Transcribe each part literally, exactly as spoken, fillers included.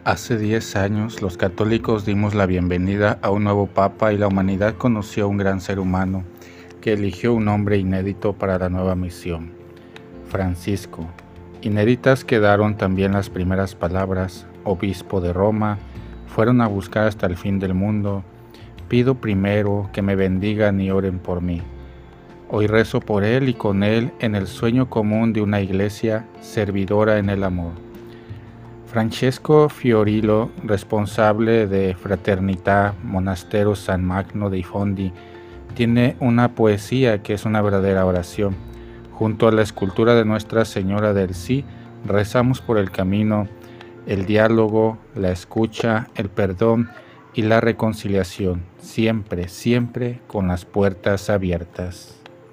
Hace diez años, los católicos dimos la bienvenida a un nuevo Papa y la humanidad conoció a un gran ser humano que eligió un nombre inédito para la nueva misión, Francisco. Inéditas quedaron también las primeras palabras: obispo de Roma, fueron a buscar hasta el fin del mundo, pido primero que me bendigan y oren por mí. Hoy rezo por él y con él en el sueño común de una iglesia servidora en el amor. Francesco Fiorillo, responsable de Fraternità Monastero San Magno dei Fondi, tiene una poesía que es una verdadera oración. Junto a la escultura de Nuestra Señora del Sí, rezamos por el camino, el diálogo, la escucha, el perdón y la reconciliación, siempre, siempre con las puertas abiertas.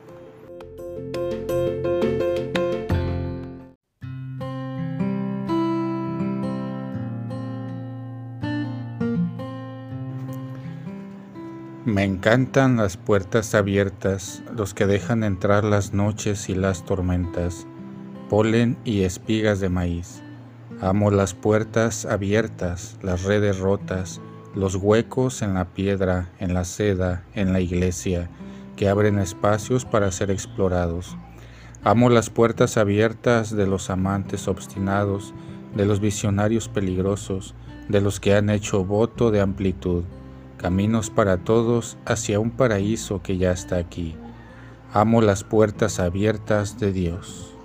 Me encantan las puertas abiertas, los que dejan entrar las noches y las tormentas, polen y espigas de maíz. Amo las puertas abiertas, las redes rotas, los huecos en la piedra, en la seda, en la iglesia, que abren espacios para ser explorados. Amo las puertas abiertas de los amantes obstinados, de los visionarios peligrosos, de los que han hecho voto de amplitud. Caminos para todos hacia un paraíso que ya está aquí. Amo las puertas abiertas de Dios.